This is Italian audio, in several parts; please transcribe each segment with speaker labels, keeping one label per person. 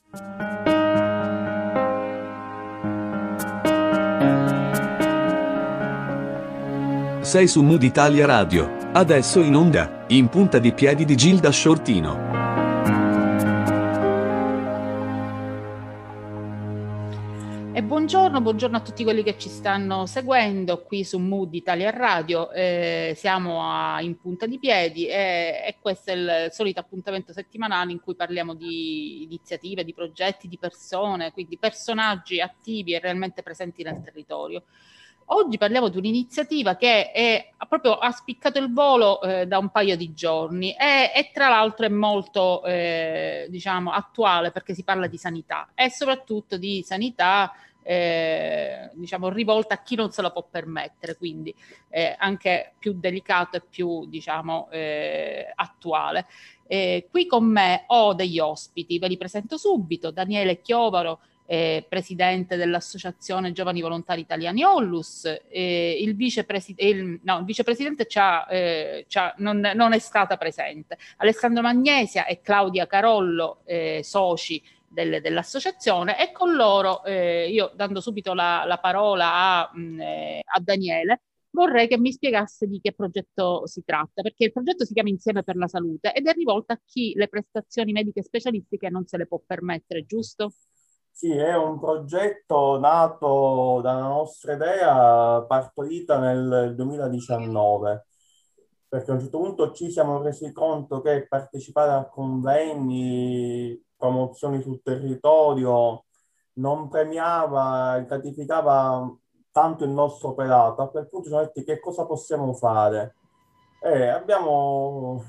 Speaker 1: Sei su Mood Italia Radio. Adesso in onda, In punta di piedi di Gilda Shortino.
Speaker 2: E buongiorno a tutti quelli che ci stanno seguendo qui su Mood Italia Radio. Siamo In punta di piedi e questo è il solito appuntamento settimanale in cui parliamo di iniziative, di progetti, di persone, quindi personaggi attivi e realmente presenti nel territorio. Oggi parliamo di un'iniziativa che ha spiccato il volo da un paio di giorni e tra l'altro è molto attuale, perché si parla di sanità e soprattutto di sanità rivolta a chi non se la può permettere, quindi anche più delicato e più attuale. Qui con me ho degli ospiti, ve li presento subito: Daniele Chiovaro, presidente dell'Associazione Giovani Volontari Italiani Onlus. Il vicepresidente non è stata presente. Alessandro Magnesia e Claudia Carollo, soci dell'associazione, e con loro io, dando subito la parola a Daniele, vorrei che mi spiegasse di che progetto si tratta, perché il progetto si chiama Insieme per la Salute ed è rivolto a chi le prestazioni mediche specialistiche non se le può permettere, giusto?
Speaker 3: Sì, è un progetto nato dalla nostra idea, partorita nel 2019, perché a un certo punto ci siamo resi conto che partecipare a convegni, promozioni sul territorio non premiava, gratificava tanto il nostro operato. A quel punto ci siamo detti: che cosa possiamo fare? E abbiamo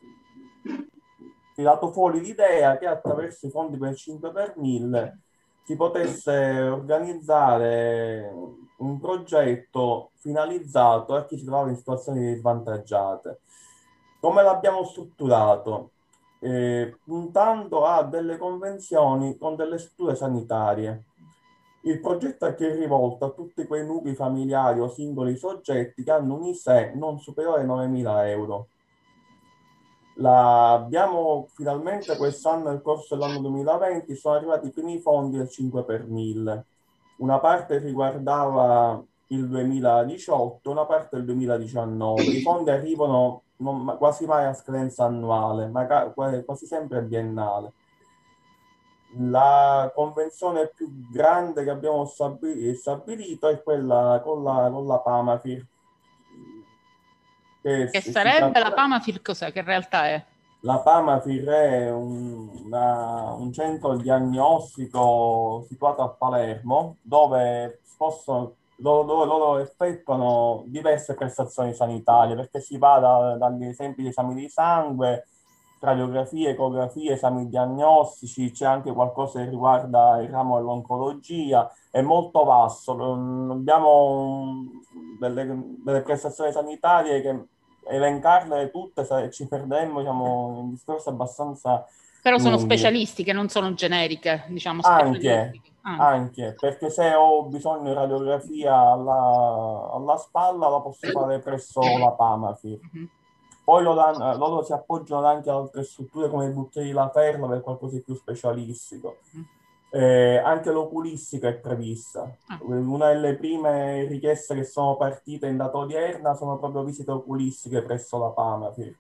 Speaker 3: tirato fuori l'idea che attraverso i fondi per 5 per 1000 si potesse organizzare un progetto finalizzato a chi si trovava in situazioni svantaggiate. Come l'abbiamo strutturato? Puntando a delle convenzioni con delle strutture sanitarie. Il progetto è che è rivolto a tutti quei nuclei familiari o singoli soggetti che hanno un ISEE non superiore ai 9.000 euro. Abbiamo finalmente quest'anno, nel corso dell'anno 2020, sono arrivati i primi fondi del 5 per 1000. Una parte riguardava il 2018, una parte il 2019. I fondi arrivano quasi mai a scadenza annuale, ma quasi sempre biennale. La convenzione più grande che abbiamo stabilito è quella con la Pamafir.
Speaker 2: Che sarebbe la Pamafir? Cos'è? Che in realtà è?
Speaker 3: La Pamafir è un centro diagnostico situato a Palermo, dove loro effettuano diverse prestazioni sanitarie, perché si va dagli esempi di esami di sangue, radiografie, ecografie, esami diagnostici, c'è anche qualcosa che riguarda il ramo dell'oncologia, è molto vasto. Abbiamo delle prestazioni sanitarie che elencarle tutte ci perderemmo, diciamo, in discorsi abbastanza
Speaker 2: però sono
Speaker 3: lunghi.
Speaker 2: specialistiche, non sono generiche, diciamo,
Speaker 3: anche perché se ho bisogno di radiografia alla spalla la posso fare presso la Pamafir. Poi loro si appoggiano anche a altre strutture come il Bucchieri La Perla per qualcosa di più specialistico. Anche l'oculistica è prevista. Una delle prime richieste che sono partite in data odierna sono proprio visite oculistiche presso la Pamafir.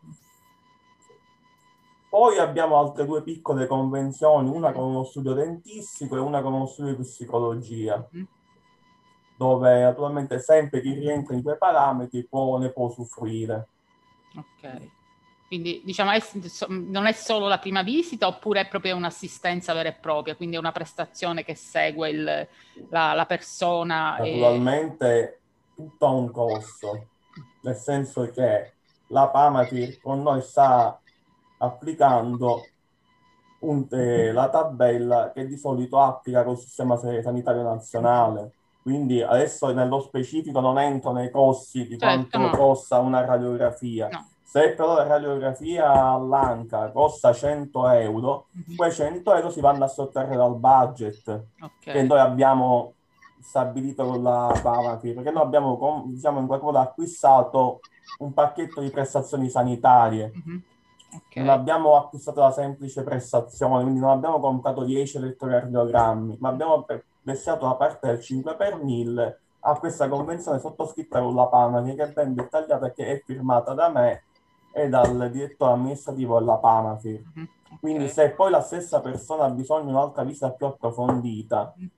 Speaker 3: Poi abbiamo altre due piccole convenzioni, una con uno studio dentistico e una con uno studio di psicologia, dove naturalmente sempre chi rientra in quei parametri ne può usufruire.
Speaker 2: Ok. Quindi diciamo non è solo la prima visita, oppure è proprio un'assistenza vera e propria, quindi è una prestazione che segue la persona.
Speaker 3: Naturalmente tutto ha un costo, nel senso che la Pamafir con noi sta applicando la tabella che di solito applica col sistema sanitario nazionale. Quindi adesso nello specifico non entro nei costi di quanto costa una radiografia.
Speaker 2: No.
Speaker 3: Se però la radiografia all'ANCA costa 100 euro, quei 100 euro si vanno a sottrarre dal budget che noi abbiamo stabilito con la Pamafir, perché noi abbiamo, diciamo, in qualche modo acquistato un pacchetto di prestazioni sanitarie. Non
Speaker 2: Ok.
Speaker 3: abbiamo acquistato la semplice prestazione, quindi non abbiamo comprato 10 elettrocardiogrammi, ma abbiamo destinato una parte del 5 per 1000 a questa convenzione sottoscritta con la Panafi, che è ben dettagliata e che è firmata da me e dal direttore amministrativo della Panafi.
Speaker 2: Mhm.
Speaker 3: Quindi
Speaker 2: Ok.
Speaker 3: se poi la stessa persona ha bisogno di un'altra visita più approfondita,
Speaker 2: Mhm.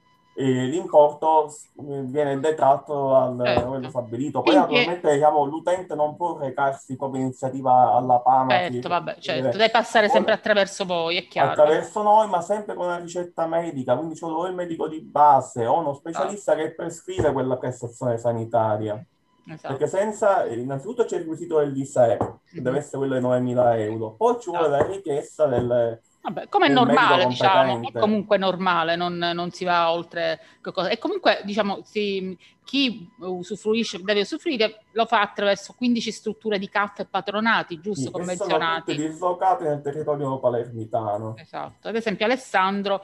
Speaker 3: l'importo viene detratto da quello
Speaker 2: Certo.
Speaker 3: stabilito. Poi
Speaker 2: Quindi
Speaker 3: naturalmente diciamo, l'utente non può recarsi proprio iniziativa alla Panafi
Speaker 2: certo, vabbè, certo, deve passare sempre attraverso voi, è chiaro.
Speaker 3: attraverso noi, ma sempre con una ricetta medica, quindi c'è o il medico di base o uno specialista
Speaker 2: Esatto.
Speaker 3: che prescrive quella prestazione sanitaria. Perché
Speaker 2: Esatto.
Speaker 3: senza, innanzitutto c'è il requisito dell'ISEE, che deve
Speaker 2: Mhm.
Speaker 3: essere quello di 9.000 euro, poi ci vuole la
Speaker 2: Esatto.
Speaker 3: richiesta
Speaker 2: Vabbè, come è
Speaker 3: del medico
Speaker 2: normale, diciamo, è
Speaker 3: competente.
Speaker 2: comunque normale, non si va oltre che cosa. E comunque, diciamo, chi usufruisce, deve usufruire, lo fa attraverso 15 strutture di CAF e patronati, giusto,
Speaker 3: Sì, che sono tutti
Speaker 2: convenzionati.
Speaker 3: dislocati nel territorio palermitano.
Speaker 2: Esatto. Ad esempio, Alessandro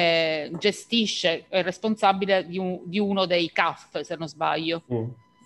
Speaker 2: gestisce, è responsabile di uno dei CAF, se non sbaglio.
Speaker 3: Sì.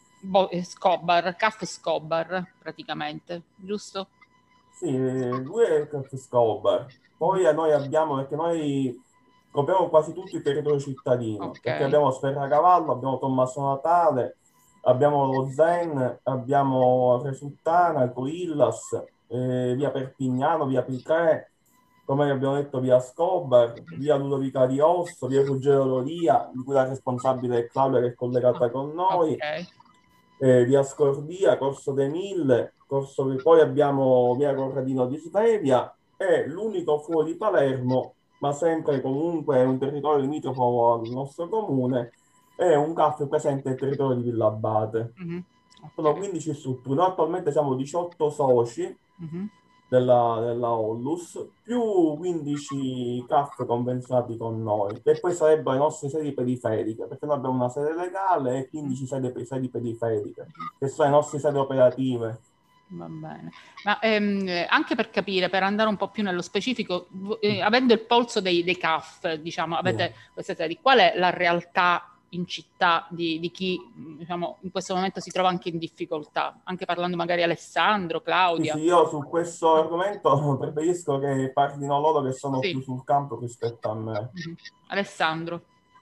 Speaker 2: Scobar, CAF Scobar, praticamente, giusto?
Speaker 3: Sì, lui è Kurt Scobar.
Speaker 2: Mhm.
Speaker 3: Poi noi abbiamo, perché noi copriamo quasi tutto il territorio cittadino,
Speaker 2: Ok.
Speaker 3: perché abbiamo Sferracavallo, abbiamo Tommaso Natale, abbiamo lo Zen, abbiamo Fresuttana, Coillas, via Perpignano, via Pitrè, come abbiamo detto, via Scobar, via Ludovica Riosso, via Ruggero Loria, di cui la responsabile è Claudia che è collegata con noi,
Speaker 2: Ok.
Speaker 3: via Scordia, Corso dei Mille, poi abbiamo via Corradino di Svevia e l'unico fuori di Palermo, ma sempre comunque è un territorio limitrofo al nostro comune, è un caffè presente nel territorio di Villabate.
Speaker 2: Mhm. Ok.
Speaker 3: Sono 15 strutture, noi attualmente siamo 18 soci
Speaker 2: Mhm.
Speaker 3: della Ollus, più 15 CAF convenzionati con noi, che poi sarebbero le nostre sedi periferiche, perché noi abbiamo una sede legale e
Speaker 2: Mhm.
Speaker 3: 15 sedi periferiche, che sono le nostre sedi operative.
Speaker 2: Va bene, ma anche per capire, per andare un po' più nello specifico, avendo il polso dei CAF, diciamo,
Speaker 3: Sì.
Speaker 2: avete queste sedi, qual è la realtà in città di chi, diciamo, in questo momento si trova anche in difficoltà? Anche parlando magari Alessandro,
Speaker 3: Sì,
Speaker 2: Claudia.
Speaker 3: sì, io su questo argomento preferisco che parlino loro che sono più
Speaker 2: Sì.
Speaker 3: sul campo rispetto a me.
Speaker 2: Mhm. Alessandro,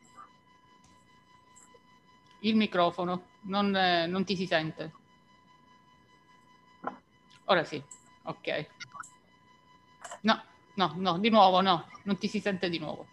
Speaker 2: il microfono, non ti si sente. Ora sì, ok. No, no, no, di nuovo no, non ti si sente di nuovo.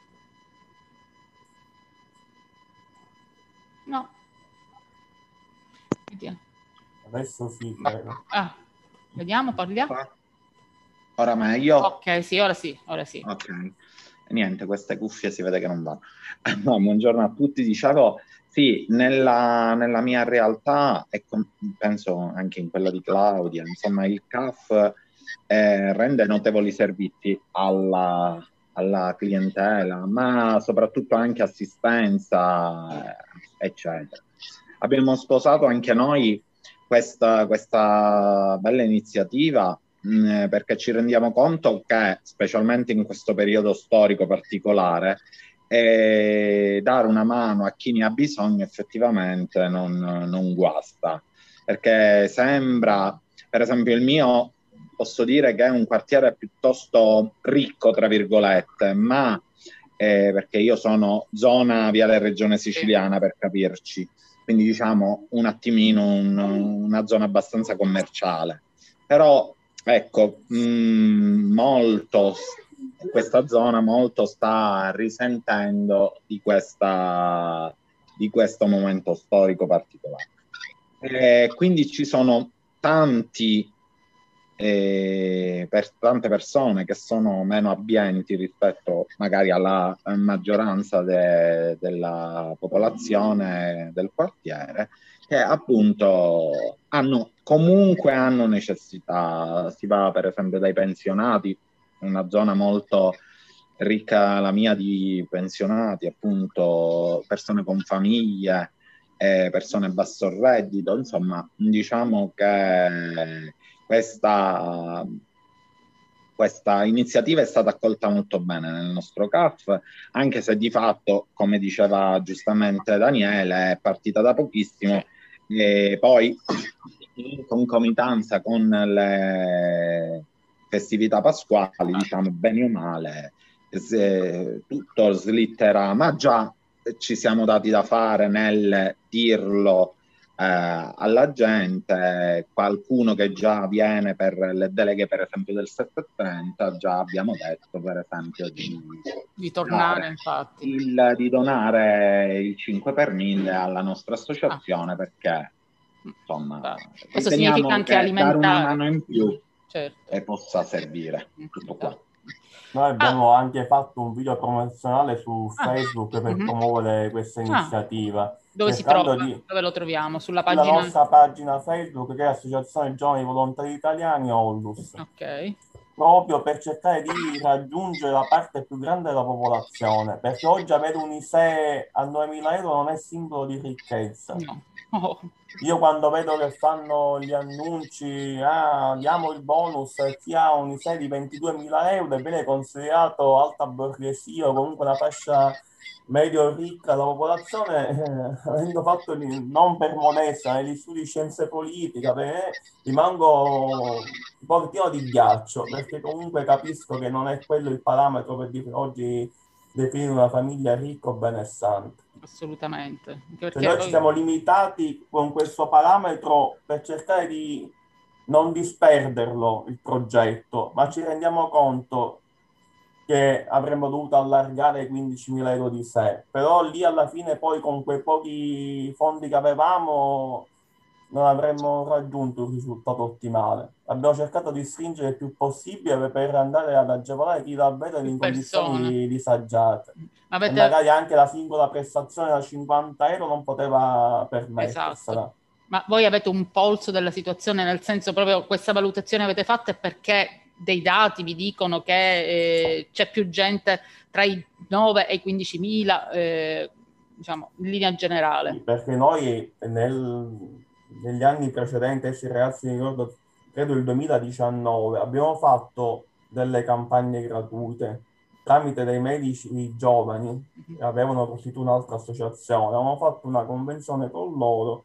Speaker 2: No, vediamo.
Speaker 3: Adesso sì, credo.
Speaker 2: Ah, vediamo, parliamo.
Speaker 4: Ora meglio?
Speaker 2: Ok, sì, ora sì, ora sì.
Speaker 4: Ok. Niente, queste cuffie si vede che non vanno. No, buongiorno a tutti. Dicevo, sì, nella mia realtà e penso anche in quella di Claudia, insomma, il CAF rende notevoli servizi alla clientela, ma soprattutto anche assistenza, eccetera. Abbiamo sposato anche noi questa bella iniziativa perché ci rendiamo conto che, specialmente in questo periodo storico particolare, dare una mano a chi ne ha bisogno effettivamente non guasta. Perché sembra, per esempio, il mio, posso dire che è un quartiere piuttosto ricco, tra virgolette, ma perché io sono zona Viale Regione Siciliana, per capirci, quindi diciamo un attimino una zona abbastanza commerciale. Però ecco, questa zona molto sta risentendo di questo momento storico particolare. Quindi ci sono tante persone che sono meno abbienti rispetto magari alla maggioranza della popolazione del quartiere, che appunto comunque hanno necessità. Si va per esempio dai pensionati, una zona molto ricca la mia di pensionati, appunto persone con famiglie, persone a basso reddito, insomma, diciamo che questa, questa iniziativa è stata accolta molto bene nel nostro CAF, anche se di fatto, come diceva giustamente Daniele, è partita da pochissimo
Speaker 2: Sì.
Speaker 4: e poi in concomitanza con festività pasquali, diciamo, bene o male, tutto slitterà, ma già ci siamo dati da fare nel dirlo alla gente. Qualcuno che già viene per le deleghe, per esempio, del 730, già abbiamo detto, per esempio,
Speaker 2: di tornare, infatti.
Speaker 4: di donare il 5 per 1000 alla nostra associazione, perché insomma,
Speaker 2: questo significa anche alimentare,
Speaker 4: dare una mano in più,
Speaker 2: certo,
Speaker 4: e possa servire. Tutto qua.
Speaker 3: Noi abbiamo anche fatto un video promozionale su Facebook per promuovere questa iniziativa.
Speaker 2: Dove si trova? Dove lo troviamo? Sulla
Speaker 3: nostra pagina Facebook, che è Associazione Giovani Volontari Italiani Onlus.
Speaker 2: Ok.
Speaker 3: Proprio per cercare di raggiungere la parte più grande della popolazione, perché oggi avere un ISEE a 9.000 euro non è simbolo di ricchezza.
Speaker 2: No. Oh.
Speaker 3: Io quando vedo che fanno gli annunci, diamo il bonus a chi ha un ISEE di 22.000 euro e viene considerato alta borghesia o comunque una fascia medio ricca della popolazione, avendo fatto non per modestia, negli studi di scienze politiche, rimango un pochettino di ghiaccio, perché comunque capisco che non è quello il parametro per dire oggi definire una famiglia ricca o benestante.
Speaker 2: Assolutamente.
Speaker 3: Perché noi ci siamo limitati con questo parametro per cercare di non disperderlo il progetto, ma ci rendiamo conto che avremmo dovuto allargare i 15.000 euro di sé, però lì alla fine poi con quei pochi fondi che avevamo non avremmo raggiunto un risultato ottimale. Abbiamo cercato di stringere il più possibile per andare ad agevolare chi davvero è in condizioni disagiate. E magari anche la singola prestazione da 50 euro non poteva permettersela.
Speaker 2: Esatto. Ma voi avete un polso della situazione, nel senso, proprio questa valutazione avete fatta perché dei dati vi dicono che c'è più gente tra i 9 e i 15.000, diciamo, in linea generale?
Speaker 3: Sì, perché noi negli anni precedenti, se ragazzi mi ricordo, credo il 2019, abbiamo fatto delle campagne gratuite tramite dei medici giovani che avevano costituito un'altra associazione. Avevamo fatto una convenzione con loro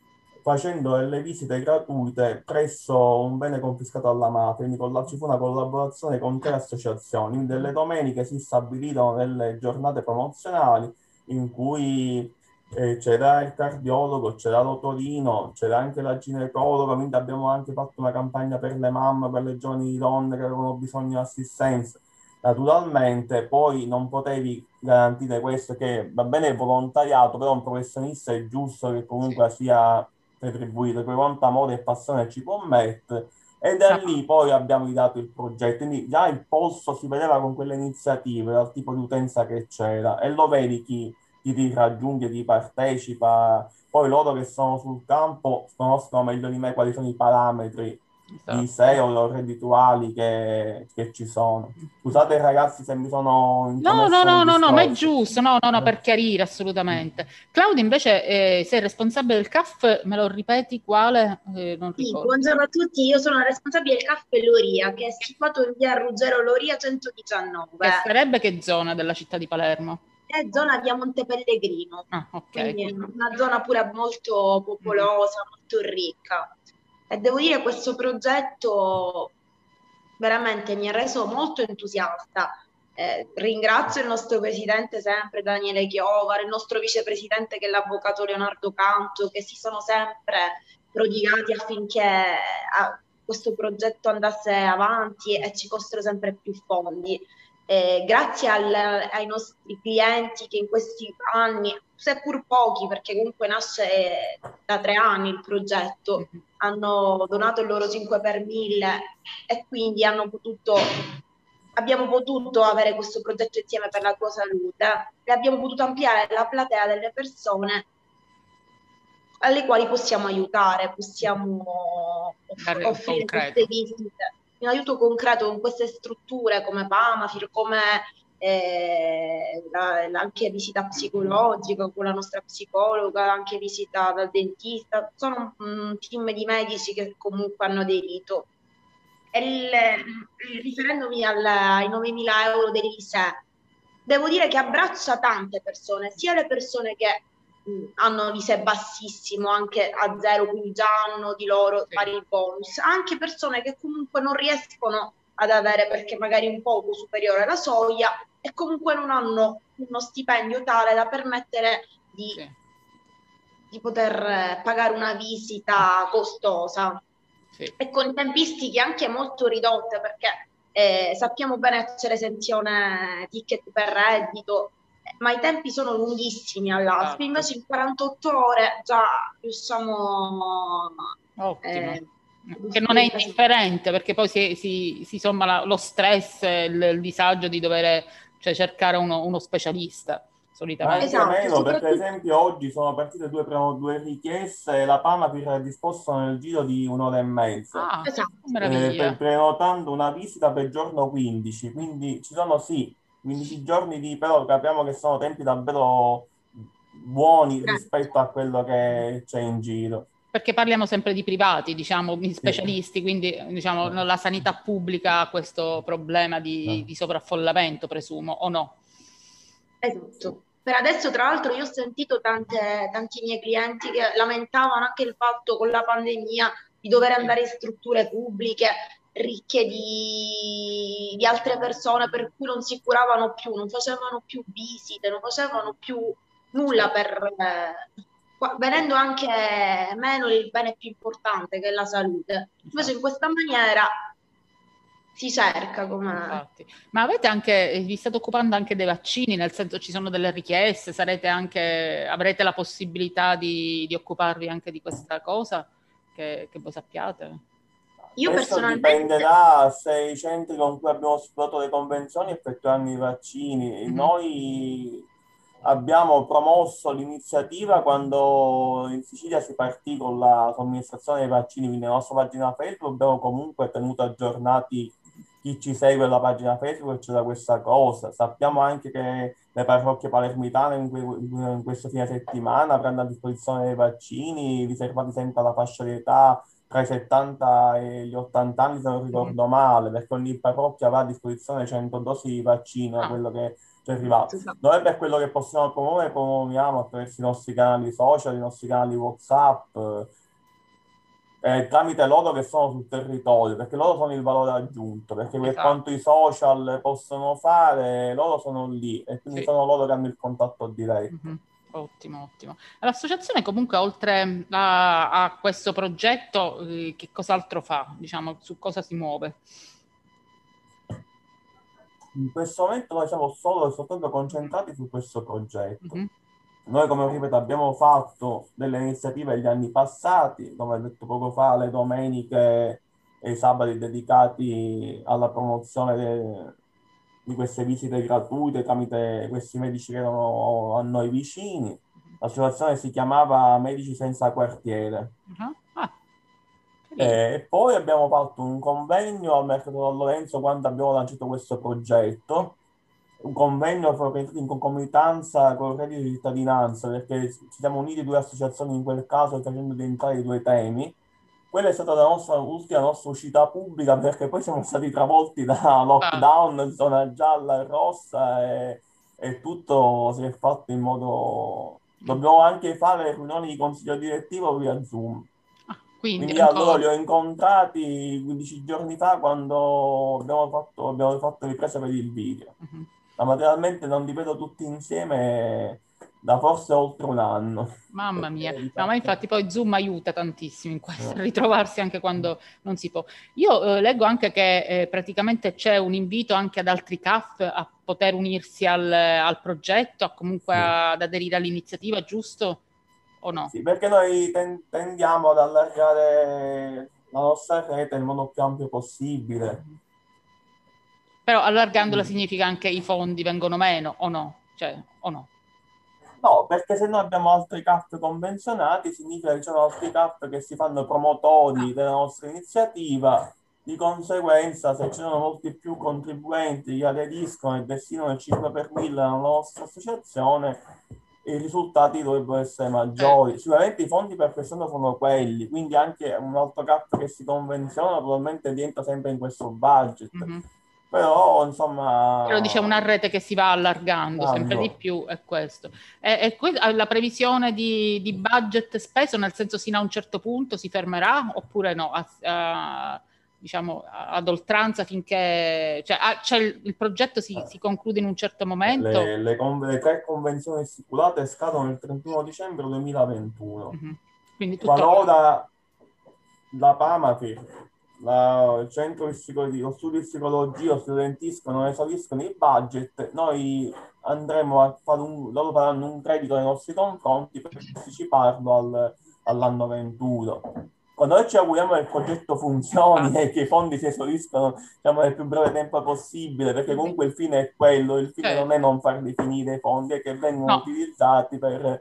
Speaker 3: facendo delle visite gratuite presso un bene confiscato alla mafia, quindi ci fu una collaborazione con 3 associazioni. Quindi delle domeniche si stabilirono delle giornate promozionali in cui c'era il cardiologo, c'era l'otorino, c'era anche la ginecologa, quindi abbiamo anche fatto una campagna per le mamme, per le giovani donne che avevano bisogno di assistenza. Naturalmente poi non potevi garantire questo, che va bene il volontariato, però un professionista è giusto che comunque sia retribuito, per quanto amore e passione ci può mettere. E da lì poi abbiamo dato il progetto, quindi già il polso si vedeva con quelle iniziative, dal tipo di utenza che c'era, e lo vedi chi ti raggiunge, chi partecipa. Poi loro che sono sul campo conoscono meglio di me quali sono i parametri di SEO reddituali che ci sono. Scusate ragazzi se mi sono intromesso nel discorso.
Speaker 2: No, ma è giusto, no, per chiarire assolutamente. Claudia invece sei responsabile del CAF, me lo ripeti quale? Non
Speaker 5: sì,
Speaker 2: ricordo.
Speaker 5: Buongiorno a tutti, io sono responsabile del CAF Loria, che è situato in via Ruggero Loria 119.
Speaker 2: Che sarebbe che zona della città di Palermo?
Speaker 5: È zona via Monte Pellegrino,
Speaker 2: ok.
Speaker 5: Quindi è una zona pure molto popolosa, molto ricca. E devo dire questo progetto veramente mi ha reso molto entusiasta. Ringrazio il nostro presidente sempre Daniele Chiovare, il nostro vicepresidente che è l'avvocato Leonardo Canto, che si sono sempre prodigati affinché questo progetto andasse avanti e ci fossero sempre più fondi. Grazie ai nostri clienti che in questi anni, seppur pochi perché comunque nasce da 3 anni il progetto, hanno donato il loro 5 per 1000 e quindi abbiamo potuto avere questo progetto insieme per la tua salute e abbiamo potuto ampliare la platea delle persone alle quali possiamo aiutare, possiamo offrire queste visite, un aiuto concreto con queste strutture come Pamafir, come anche visita psicologica con la nostra psicologa, anche visita dal dentista. Sono un team di medici che comunque hanno aderito. Riferendomi ai 9.000 euro dell'ISEE, devo dire che abbraccia tante persone, sia le persone che hanno l'ISEE bassissimo, anche a 0, quindi già hanno di loro fare il bonus, anche persone che comunque non riescono ad avere, perché magari un poco superiore alla soglia, e comunque non hanno uno stipendio tale da permettere di poter pagare una visita costosa.
Speaker 2: Sì.
Speaker 5: E con tempistiche anche molto ridotte, perché sappiamo bene che c'è l'esenzione ticket per reddito, ma i tempi sono lunghissimi all'ASP,
Speaker 2: Esatto.
Speaker 5: invece in 48 ore già riusciamo
Speaker 2: Ottimo. Che non è indifferente, perché poi si somma lo stress, il disagio di dover, cioè, cercare uno specialista, solitamente.
Speaker 3: Anche
Speaker 5: Esatto,
Speaker 3: meno, perché ad
Speaker 5: soprattutto
Speaker 3: esempio oggi sono partite due richieste e la PAMAPIR ha disposto nel giro di un'ora e mezza,
Speaker 2: Ah,
Speaker 5: esatto.
Speaker 2: meraviglia.
Speaker 3: prenotando una visita per giorno 15, quindi ci sono sì 15 giorni però capiamo che sono tempi davvero buoni rispetto a quello che c'è in giro.
Speaker 2: Perché parliamo sempre di privati, diciamo, di specialisti, quindi diciamo, la sanità pubblica ha questo problema di sovraffollamento, presumo, o no?
Speaker 5: Esatto. Per adesso, tra l'altro, io ho sentito tanti miei clienti che lamentavano anche il fatto con la pandemia di dover andare in strutture pubbliche ricche di altre persone, per cui non si curavano più, non facevano più visite, non facevano più nulla venendo anche meno il bene più importante che è la salute. Invece in questa maniera si cerca come...
Speaker 2: Infatti. Ma avete anche, vi state occupando anche dei vaccini, nel senso ci sono delle richieste, avrete la possibilità di occuparvi anche di questa cosa, che voi sappiate?
Speaker 5: Io
Speaker 3: Questo
Speaker 5: personalmente...
Speaker 3: dipenderà se i centri con cui abbiamo stipulato le convenzioni effettueranno i vaccini. Noi abbiamo promosso l'iniziativa quando in Sicilia si partì con la somministrazione dei vaccini, quindi nella nostra pagina Facebook abbiamo comunque tenuto aggiornati chi ci segue alla pagina Facebook e c'è da questa cosa. Sappiamo anche che le parrocchie palermitane in questo fine settimana avranno a disposizione dei vaccini riservati sempre alla fascia di età tra i 70 e gli 80 anni, se non ricordo male, perché ogni parrocchia aveva a disposizione 100 dosi di vaccino, da quello che ci è arrivato. Noi per quello che possiamo promuovere, promuoviamo attraverso i nostri canali social, i nostri canali WhatsApp, tramite loro che sono sul territorio, perché loro sono il valore aggiunto, perché per quanto i social possono fare, loro sono lì e quindi sono loro che hanno il contatto diretto.
Speaker 2: Ottimo, ottimo. L'associazione comunque oltre a questo progetto, che cos'altro fa? Diciamo, su cosa si muove?
Speaker 3: In questo momento noi siamo solo e soltanto concentrati su questo progetto. Noi, come ripeto, abbiamo fatto delle iniziative negli anni passati, come ho detto poco fa, le domeniche e i sabati dedicati alla promozione di queste visite gratuite tramite questi medici che erano a noi vicini. L'associazione si chiamava Medici Senza Quartiere. E poi abbiamo fatto un convegno al Mercato Don Lorenzo quando abbiamo lanciato questo progetto, un convegno organizzato in concomitanza con il reddito di cittadinanza, perché ci siamo uniti due associazioni in quel caso facendo rientrare i due temi. Quella è stata la nostra ultima uscita pubblica, perché poi siamo stati travolti da lockdown, zona gialla e rossa e tutto si è fatto in modo... Dobbiamo anche fare riunioni di consiglio direttivo via Zoom. Quindi allora li ho incontrati 15 giorni fa quando abbiamo fatto ripresa per il video. Ma materialmente non li vedo tutti insieme da forse oltre un anno.
Speaker 2: Mamma mia, no, ma infatti poi Zoom aiuta tantissimo in questo, a ritrovarsi anche quando non si può. Io leggo anche che praticamente c'è un invito anche ad altri CAF a poter unirsi al progetto, comunque ad aderire all'iniziativa, giusto o no?
Speaker 3: Sì, perché noi tendiamo ad allargare la nostra rete nel modo più ampio possibile.
Speaker 2: Però allargandola significa anche i fondi vengono meno o no? Cioè, o no?
Speaker 3: No, perché se noi abbiamo altri CAF convenzionati, significa che ci sono altri CAF che si fanno promotori della nostra iniziativa. Di conseguenza, se ci sono molti più contribuenti che aderiscono e destinano il 5 per 1000 alla nostra associazione, i risultati dovrebbero essere maggiori. Sicuramente i fondi per persona sono quelli, quindi anche un altro CAF che si convenziona probabilmente rientra sempre in questo budget. Però, insomma...
Speaker 2: Però dice una rete che si va allargando sempre di più, è questo. E la previsione di budget speso, nel senso sino a un certo punto si fermerà oppure no? diciamo, ad oltranza finché... Cioè, il progetto si conclude in un certo momento?
Speaker 3: Le 3 convenzioni stipulate scadono il 31 dicembre 2021.
Speaker 2: Quindi tutto
Speaker 3: Qualora la PAMAFIR, il Centro di lo Studio di Psicologia Studentisca non esauriscono il budget, noi andremo a fare loro faranno un credito nei nostri confronti per anticiparlo all'anno 21. Quando noi ci auguriamo che il progetto funzioni e che i fondi si esauriscono, diciamo, nel più breve tempo possibile, perché comunque il fine è quello, il fine non è non farli finire i fondi, è che vengono utilizzati per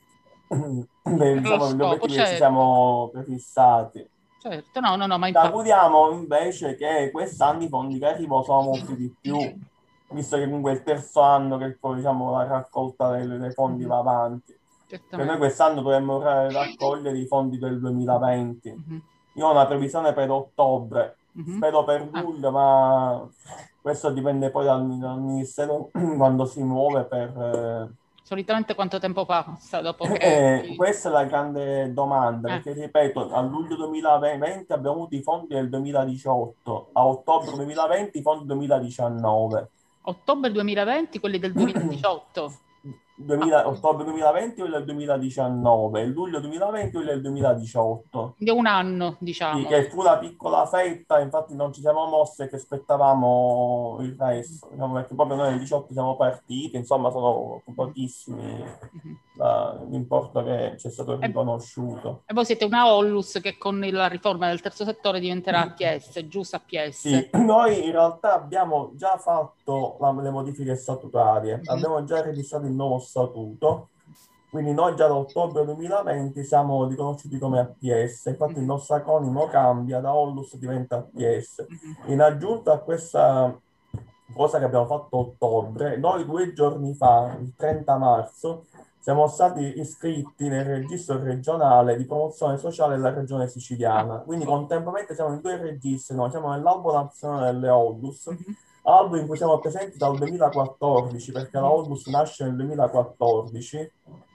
Speaker 3: diciamo, gli obiettivi che ci siamo prefissati.
Speaker 2: Certo, no, ma
Speaker 3: ci auguriamo invece che quest'anno i fondi che arrivano sono molti di più, visto che comunque è il terzo anno che poi, diciamo, la raccolta dei fondi va avanti. Per noi quest'anno dovremmo raccogliere i fondi del 2020. Io ho una previsione per ottobre, spero per luglio, ma questo dipende poi dal Ministero quando si muove per...
Speaker 2: Solitamente quanto tempo passa dopo che...
Speaker 3: Questa è la grande domanda, perché ripeto, a luglio 2020 abbiamo avuto i fondi del 2018, a ottobre 2020 i fondi 2019.
Speaker 2: Ottobre 2020, quelli del 2018?
Speaker 3: Ottobre 2020 quelli del 2019, luglio 2020 quelli del 2018.
Speaker 2: Quindi un anno, diciamo.
Speaker 3: Sì, che fu la piccola fetta, infatti non ci siamo mossi e che aspettavamo il resto, diciamo, perché proprio noi nel 18 siamo partiti, insomma sono pochissimi l'importo che ci è stato riconosciuto.
Speaker 2: E voi siete una Ollus che con la riforma del terzo settore diventerà APS, giusto APS?
Speaker 3: Sì, noi in realtà abbiamo già fatto le modifiche statutarie, abbiamo già registrato il nuovo statuto, quindi noi già da ottobre 2020 siamo riconosciuti come APS, infatti il nostro acronimo cambia, da Ollus diventa APS. In aggiunta a questa cosa che abbiamo fatto a ottobre, noi 2 giorni fa, il 30 marzo, siamo stati iscritti nel registro regionale di promozione sociale della regione siciliana, quindi contemporaneamente siamo in 2 registri, noi siamo nell'albo nazionale delle Ollus, albo in cui siamo presenti dal 2014, perché la Ollus nasce nel 2014,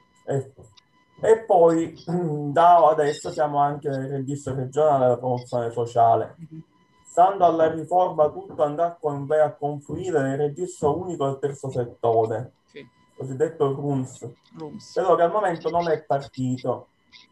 Speaker 3: e poi da adesso siamo anche nel registro regionale della promozione sociale. Stando alla riforma tutto andrà a confluire nel registro unico del terzo settore, cosiddetto RUNS, però che al momento non è partito,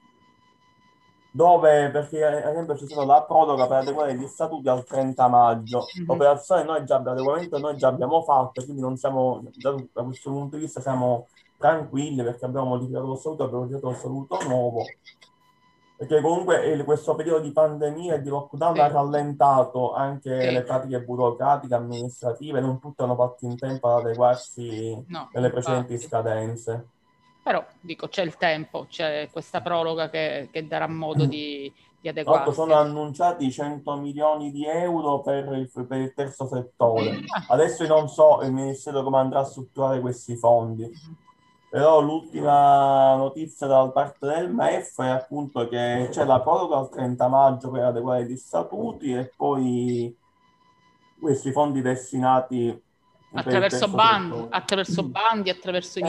Speaker 3: perché ad esempio c'è stata la proroga per adeguare gli statuti al 30 maggio, l'operazione l'adeguamento noi già abbiamo fatto, quindi non siamo, già da questo punto di vista siamo tranquilli perché abbiamo modificato lo statuto, abbiamo modificato lo statuto nuovo, perché comunque questo periodo di pandemia e di lockdown ha rallentato anche le pratiche burocratiche, amministrative, non tutte hanno fatto in tempo ad adeguarsi nelle precedenti scadenze.
Speaker 2: Però, dico, c'è il tempo, c'è questa proroga che darà modo di adeguarsi.
Speaker 3: Sono annunciati 100 milioni di euro per il terzo settore. Adesso io non so il Ministero come andrà a strutturare questi fondi. Però l'ultima notizia da parte del MEF è appunto che c'è la proroga al 30 maggio per adeguare gli statuti e poi questi fondi destinati
Speaker 2: attraverso bandi, attraverso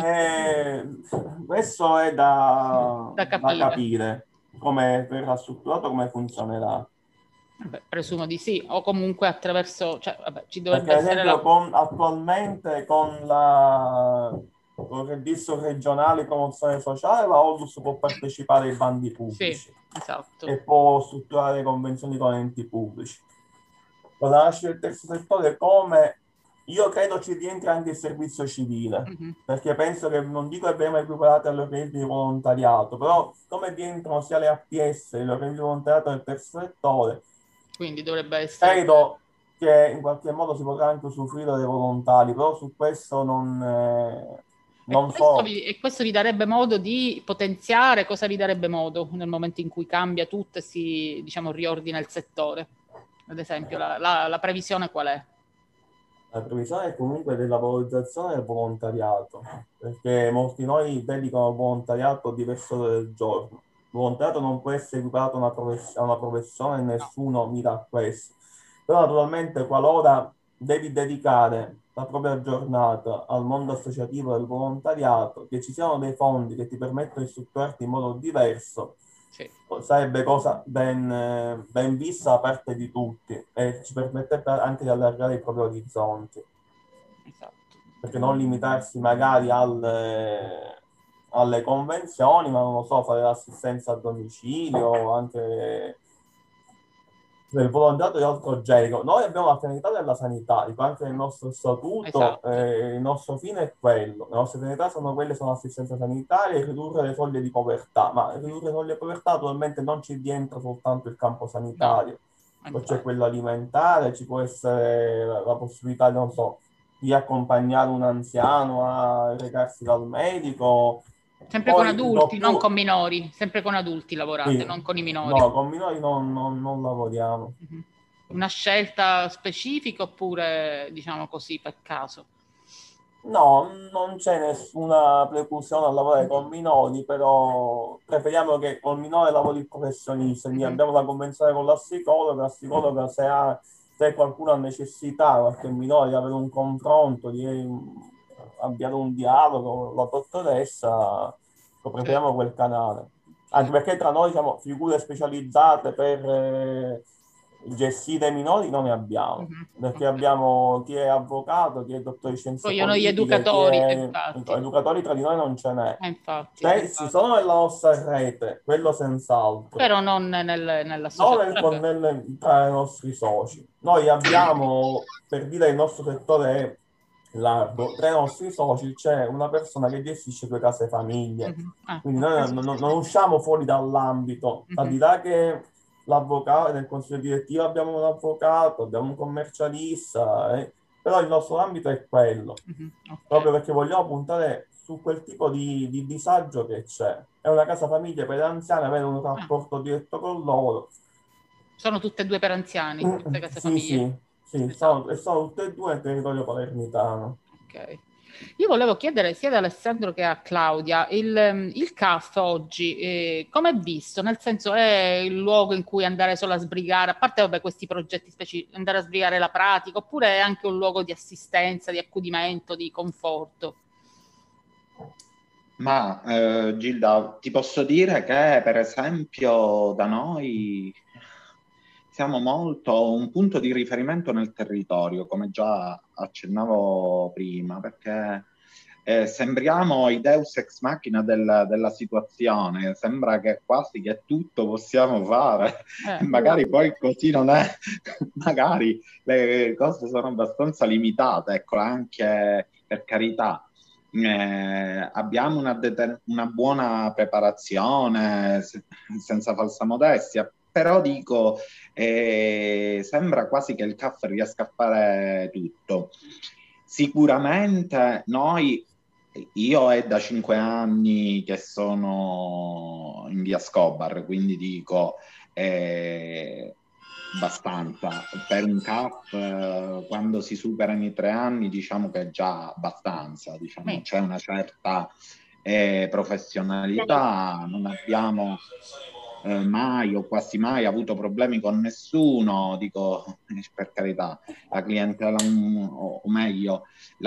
Speaker 3: questo è da capire come verrà strutturato, come funzionerà.
Speaker 2: Presumo di sì, o comunque attraverso, cioè, ci dovrebbe
Speaker 3: perché, ad
Speaker 2: essere
Speaker 3: esempio, attualmente con il registro regionale di promozione sociale la Ollus può partecipare ai bandi pubblici,
Speaker 2: sì, esatto,
Speaker 3: e può strutturare convenzioni con enti pubblici. Con la nascita del terzo settore, come io credo ci rientri anche il servizio civile, perché penso che, non dico che abbiamo equiparato agli organismi di volontariato, però come rientrano sia le APS e gli organismi di volontariato del terzo settore,
Speaker 2: quindi dovrebbe essere...
Speaker 3: Credo che in qualche modo si potrà anche usufruire dei volontari, però su questo non so.
Speaker 2: E questo vi darebbe modo di potenziare, cosa vi darebbe modo nel momento in cui cambia tutto e si, diciamo, riordina il settore? Ad esempio, la previsione qual è?
Speaker 3: La previsione è comunque della valorizzazione del volontariato, perché molti di noi dedicano al volontariato diverse ore del giorno. Il volontariato non può essere equiparato a una professione, nessuno mira a questo. Però naturalmente qualora devi dedicare la propria giornata al mondo associativo del volontariato, che ci siano dei fondi che ti permettono di strutturarti in modo diverso,
Speaker 2: Sì.
Speaker 3: sarebbe cosa ben vista da parte di tutti e ci permetterebbe anche di allargare i propri orizzonti,
Speaker 2: Esatto.
Speaker 3: perché non limitarsi magari alle convenzioni, ma non lo so, fare l'assistenza a domicilio, anche del volontariato di altro genere. Noi abbiamo la finalità della sanità, dico anche nel nostro statuto,
Speaker 2: Esatto.
Speaker 3: il nostro fine è quello. Le nostre finalità sono quelle, sono l'assistenza sanitaria e ridurre le soglie di povertà, ma ridurre le soglie di povertà naturalmente non ci rientra soltanto il campo
Speaker 2: No,
Speaker 3: sanitario, poi c'è
Speaker 2: infatti.
Speaker 3: quello alimentare, ci può essere la possibilità, non so, di accompagnare un anziano a recarsi dal medico.
Speaker 2: Sempre con
Speaker 3: Poi do
Speaker 2: adulti, non
Speaker 3: più,
Speaker 2: con minori, sempre con adulti lavorate,
Speaker 3: sì,
Speaker 2: non con i minori.
Speaker 3: no, con minori non lavoriamo.
Speaker 2: Mhm. Una scelta specifica oppure diciamo così per caso?
Speaker 3: No, non c'è nessuna preclusione a lavorare con minori, però preferiamo che con minore lavori il professionista. Quindi
Speaker 2: Mhm.
Speaker 3: abbiamo la convenzione con la psicologa se qualcuno ha necessità, qualche minore, di avere un confronto, di avviare un dialogo con la dottoressa, lo preferiamo
Speaker 2: Certo.
Speaker 3: quel canale. Anche perché tra noi, diciamo, figure specializzate per gestire i minori non ne abbiamo,
Speaker 2: Mhm.
Speaker 3: perché
Speaker 2: Ok.
Speaker 3: abbiamo chi è avvocato, chi è dottore di scienze
Speaker 2: Vogliono gli
Speaker 3: politiche, chi
Speaker 2: educatori,
Speaker 3: è
Speaker 2: infatti.
Speaker 3: educatori, tra di noi non ce n'è.
Speaker 2: Infatti,
Speaker 3: Cioè, ci
Speaker 2: infatti.
Speaker 3: sono nella nostra rete, quello senz'altro,
Speaker 2: Però non
Speaker 3: non
Speaker 2: nell'associazione.
Speaker 3: tra i nostri soci. Noi abbiamo, per dire il nostro settore è largo, tra i nostri soci c'è una persona che gestisce due case famiglie,
Speaker 2: Mhm. Ah,
Speaker 3: quindi
Speaker 2: ok.
Speaker 3: noi non usciamo fuori dall'ambito, al
Speaker 2: Mhm.
Speaker 3: di là che l'avvocato, nel consiglio direttivo abbiamo un avvocato, abbiamo un commercialista, però il nostro ambito è quello,
Speaker 2: Mhm. Ok.
Speaker 3: proprio perché vogliamo puntare su quel tipo di disagio che c'è. È una casa famiglia per anziani, avere un
Speaker 2: Ah,
Speaker 3: rapporto diretto con loro.
Speaker 2: sono tutte e due per anziani, tutte case
Speaker 3: Sì,
Speaker 2: famiglie.
Speaker 3: sì, sì,
Speaker 2: Esatto.
Speaker 3: sono tutte e due nel territorio palermitano.
Speaker 2: Ok. Io volevo chiedere sia ad Alessandro che a Claudia, il CAF oggi come è visto? Nel senso è il luogo in cui andare solo a sbrigare, a parte vabbè, questi progetti specifici, andare a sbrigare la pratica, oppure è anche un luogo di assistenza, di accudimento, di conforto?
Speaker 4: Ma Gilda, ti posso dire che per esempio da noi siamo molto un punto di riferimento nel territorio, come già accennavo prima, perché sembriamo i Deus ex machina della situazione, sembra che quasi che tutto possiamo fare, e magari poi così non è, magari le cose sono abbastanza limitate, ecco, anche per carità. Abbiamo una buona preparazione, senza falsa modestia, però dico, sembra quasi che il CAF riesca a fare tutto. Sicuramente io è da 5 anni che sono in via Scobar, quindi dico abbastanza. Per un CAF, quando si superano i 3 anni, diciamo che è già abbastanza, diciamo, c'è una certa professionalità, non abbiamo mai o quasi mai avuto problemi con nessuno, dico per carità, la clientela, o meglio,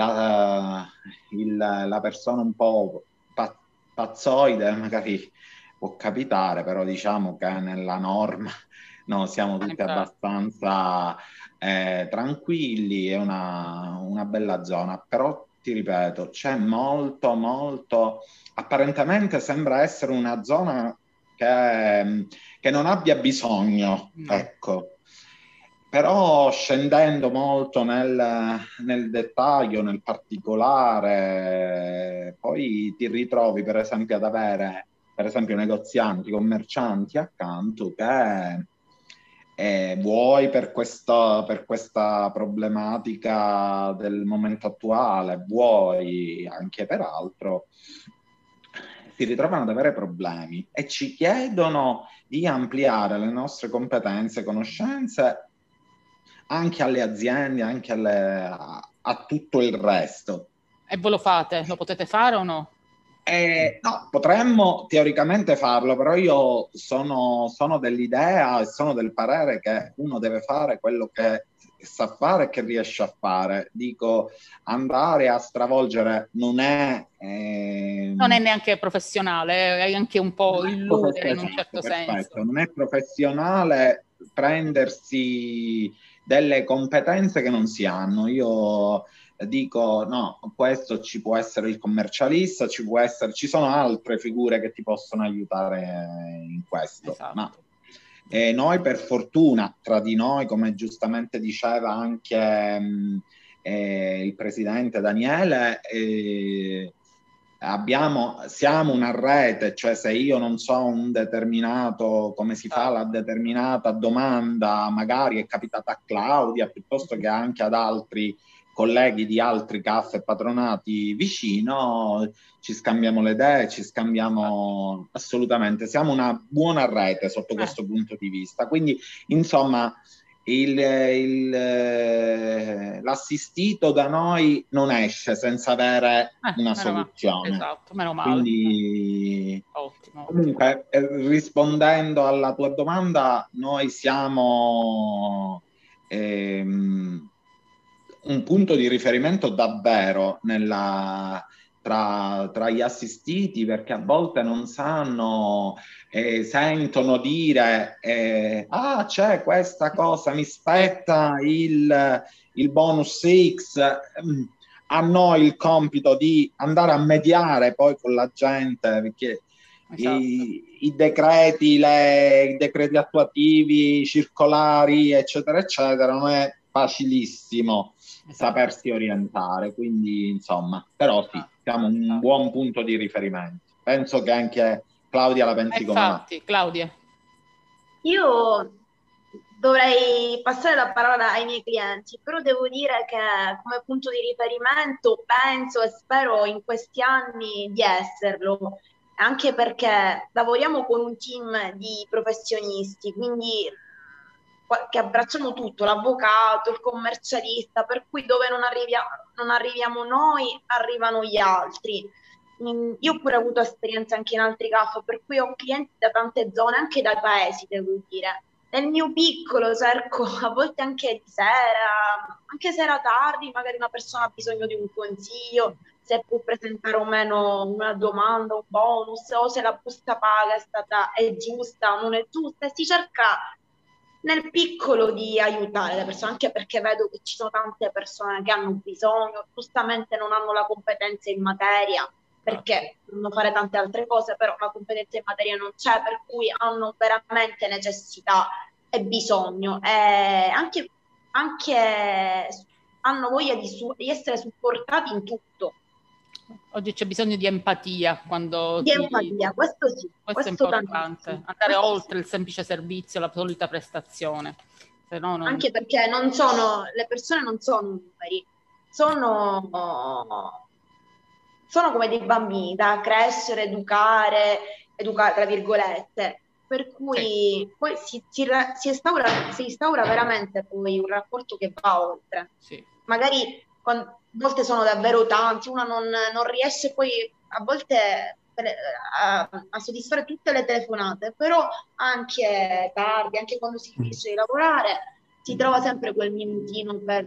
Speaker 4: la persona un po' pazzoide magari può capitare, però diciamo che nella norma no, siamo tutti
Speaker 2: Infatti.
Speaker 4: abbastanza tranquilli, è una bella zona, però ti ripeto, c'è molto, apparentemente sembra essere una zona che non abbia bisogno,
Speaker 2: No.
Speaker 4: ecco. Però scendendo molto nel dettaglio, nel particolare, poi ti ritrovi per esempio ad avere per esempio negozianti, commercianti accanto che vuoi per questa problematica del momento attuale, vuoi anche per altro, si ritrovano ad avere problemi e ci chiedono di ampliare le nostre competenze e conoscenze anche alle aziende, anche a tutto il resto.
Speaker 2: E voi lo fate? Lo potete fare o no?
Speaker 4: No, potremmo teoricamente farlo, però io sono dell'idea e sono del parere che uno deve fare quello che sa fare e che riesce a fare. Dico, andare a stravolgere non è
Speaker 2: neanche professionale, è anche un po' illudere in un certo senso.
Speaker 4: Non è professionale prendersi delle competenze che non si hanno. Io dico, no, questo ci può essere il commercialista, ci sono altre figure che ti possono aiutare in questo.
Speaker 2: Esatto.
Speaker 4: Ma noi per fortuna, tra di noi, come giustamente diceva anche il presidente Daniele, siamo una rete, cioè se io non so un determinato, come si fa la determinata domanda, magari è capitata a Claudia piuttosto che anche ad altri colleghi di altri CAF e patronati vicino, ci scambiamo le idee, ci scambiamo assolutamente, siamo una buona rete sotto questo punto di vista. Quindi insomma l'assistito da noi non esce senza avere una soluzione.
Speaker 2: Esatto, meno male.
Speaker 4: Quindi
Speaker 2: ottimo.
Speaker 4: Comunque, rispondendo alla tua domanda, noi siamo un punto di riferimento davvero tra gli assistiti, perché a volte non sanno, sentono dire c'è questa cosa, mi spetta il bonus X. A noi il compito di andare a mediare poi con la gente, perché i decreti, i decreti attuativi, circolari, eccetera, eccetera, non è facilissimo sapersi orientare, quindi insomma, però sì, siamo un buon punto di riferimento. Penso che anche Claudia la pensi come me.
Speaker 2: Infatti, Claudia.
Speaker 5: Io dovrei passare la parola ai miei clienti, però devo dire che come punto di riferimento penso e spero in questi anni di esserlo, anche perché lavoriamo con un team di professionisti, quindi che abbracciamo tutto, l'avvocato, il commercialista, per cui dove non arriviamo noi, arrivano gli altri. Io ho pure avuto esperienze anche in altri CAF, per cui ho clienti da tante zone, anche dai paesi, devo dire. Nel mio piccolo cerco a volte anche di sera, anche sera tardi, magari una persona ha bisogno di un consiglio, se può presentare o meno una domanda, un bonus, o se la busta paga è giusta o non è giusta, e si cerca nel piccolo di aiutare le persone, anche perché vedo che ci sono tante persone che hanno bisogno, giustamente non hanno la competenza in materia, perché devono fare tante altre cose, però la competenza in materia non c'è, per cui hanno veramente necessità e bisogno, e anche hanno voglia di essere supportati in tutto.
Speaker 2: Oggi c'è bisogno di empatia
Speaker 5: empatia, questo sì,
Speaker 2: questo è importante, andare oltre il semplice servizio, la solita prestazione. Se no non...
Speaker 5: Anche perché le persone non sono numeri, sono come dei bambini da crescere, educare tra virgolette, per cui poi si instaura veramente poi un rapporto che va oltre.
Speaker 2: Sì.
Speaker 5: Magari a volte sono davvero tanti, uno non riesce poi a volte a soddisfare tutte le telefonate, però anche tardi, anche quando si finisce di lavorare, si trova sempre quel minutino per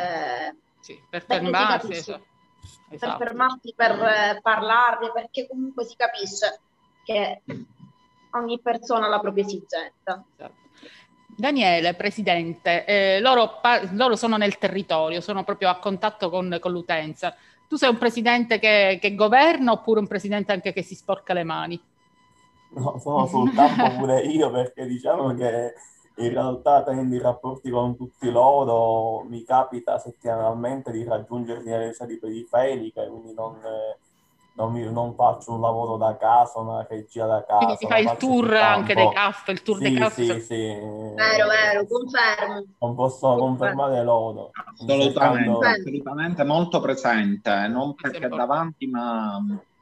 Speaker 2: fermarsi.
Speaker 5: Per fermarti, per parlarne, perché comunque si capisce che ogni persona ha la propria esigenza.
Speaker 2: Esatto. Daniele, presidente, loro sono nel territorio, sono proprio a contatto con l'utenza. Tu sei un presidente che governa oppure un presidente anche che si sporca le mani?
Speaker 3: No, sono sul campo pure io, perché diciamo che in realtà tenendo i rapporti con tutti loro mi capita settimanalmente di raggiungerli nelle sedi periferiche, quindi non faccio un lavoro da casa, una regia da casa.
Speaker 2: Quindi si fa il tour anche dei CAF, il tour dei CAF?
Speaker 3: Sì.
Speaker 5: Vero, confermo.
Speaker 3: Non posso confermare loro.
Speaker 4: Assolutamente molto presente, non perché davanti, ma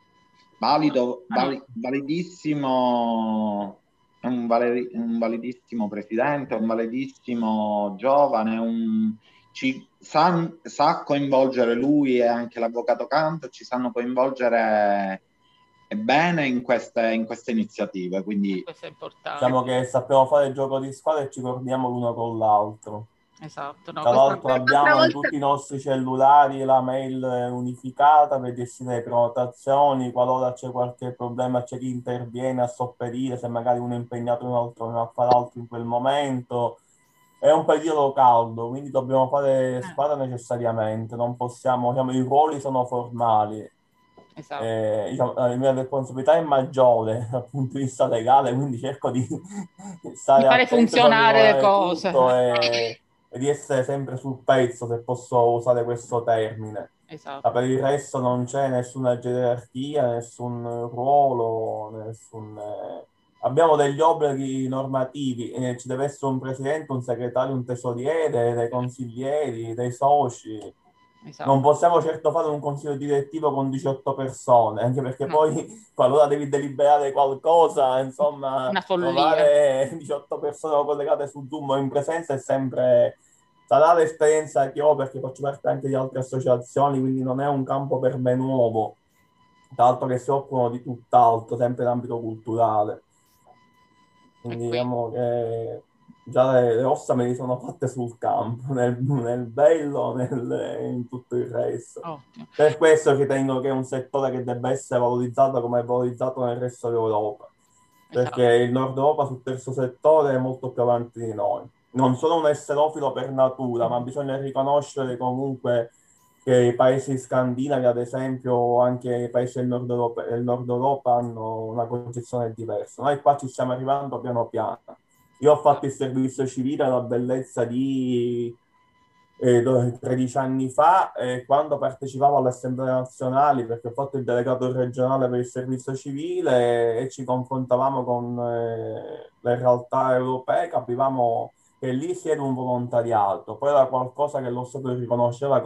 Speaker 4: validissimo, è un validissimo presidente, un validissimo giovane, sa coinvolgere lui e anche l'avvocato Canto, ci sanno coinvolgere bene in queste iniziative, quindi
Speaker 2: questo è importante.
Speaker 3: Diciamo che sappiamo fare il gioco di squadra e ci coordiniamo l'uno con l'altro.
Speaker 2: Esatto, no,
Speaker 3: Tra l'altro
Speaker 2: questa
Speaker 3: abbiamo in tutti i nostri cellulari la mail unificata per gestire le prenotazioni, qualora c'è qualche problema c'è chi interviene a sopperire se magari uno è impegnato in un altro, non a fare altro in quel momento. È un periodo caldo, quindi dobbiamo fare squadra necessariamente, non possiamo, diciamo, i ruoli sono formali.
Speaker 2: esatto.
Speaker 3: Diciamo, la mia responsabilità è maggiore dal punto di vista legale, quindi cerco di
Speaker 2: Di
Speaker 3: stare
Speaker 2: fare
Speaker 3: attento,
Speaker 2: funzionare le
Speaker 3: esaminare
Speaker 2: cose.
Speaker 3: tutto e di essere sempre sul pezzo, se posso usare questo termine. Ma
Speaker 2: Esatto.
Speaker 3: per il resto non c'è nessuna gerarchia, nessun ruolo, abbiamo degli obblighi normativi, ci deve essere un presidente, un segretario, un tesoriere, dei consiglieri, dei soci.
Speaker 2: Esatto.
Speaker 3: Non possiamo certo fare un consiglio direttivo con 18 persone, anche perché
Speaker 2: No,
Speaker 3: poi qualora devi deliberare qualcosa, insomma,
Speaker 2: una follia.
Speaker 3: trovare 18 persone collegate su Zoom o in presenza è sempre... Sarà l'esperienza che ho perché faccio parte anche di altre associazioni, quindi non è un campo per me nuovo, tra l'altro che si occupano di tutt'altro, sempre in ambito culturale.
Speaker 2: E
Speaker 3: Quindi
Speaker 2: quindi,
Speaker 3: diciamo che già le ossa me le sono fatte sul campo, nel bello, in tutto il resto.
Speaker 2: ottimo.
Speaker 3: Per questo ritengo che è un settore che debba essere valorizzato come è valorizzato nel resto d'Europa, perché
Speaker 2: Esatto.
Speaker 3: il Nord Europa sul terzo settore è molto più avanti di noi. Non sono un esserofilo per natura, ma bisogna riconoscere comunque che i paesi scandinavi, ad esempio, o anche i paesi del Nord Europa hanno una concezione diversa. Noi qua ci stiamo arrivando piano piano. Io ho fatto il servizio civile alla bellezza di 13 anni fa, quando partecipavo alle assemblee nazionali, perché ho fatto il delegato regionale per il servizio civile e ci confrontavamo con le realtà europee, capivamo che lì si era un volontariato, poi era qualcosa che lo Stato riconosceva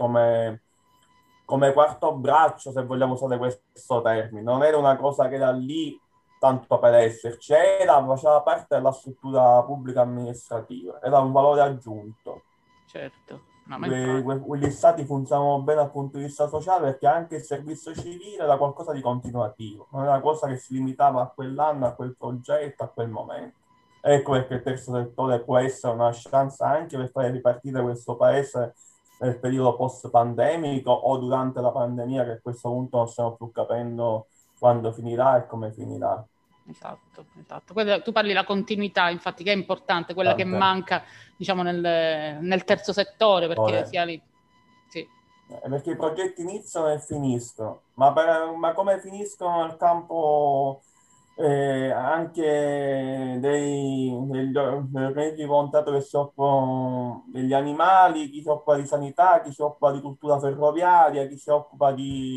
Speaker 3: come quarto braccio, se vogliamo usare questo termine. Non era una cosa che era lì tanto per esserci, faceva parte della struttura pubblica amministrativa, era un valore aggiunto.
Speaker 2: Certo. No, ma infatti,
Speaker 3: Gli stati funzionano bene dal punto di vista sociale perché anche il servizio civile era qualcosa di continuativo, non era una cosa che si limitava a quell'anno, a quel progetto, a quel momento. Ecco perché il terzo settore può essere una chance anche per fare ripartire questo paese nel periodo post-pandemico o durante la pandemia, che a questo punto non stiamo più capendo quando finirà e come finirà.
Speaker 2: esatto, esatto. Tu parli della continuità, infatti, che è importante, quella che
Speaker 3: Tante.
Speaker 2: manca, diciamo, nel terzo settore, perché
Speaker 3: Ora,
Speaker 2: sia lì. Sì.
Speaker 3: perché i progetti iniziano e finiscono, ma come finiscono nel campo anche degli organismi di volontariato che si occupano degli animali, chi si occupa di sanità, chi si occupa di cultura ferroviaria, chi si occupa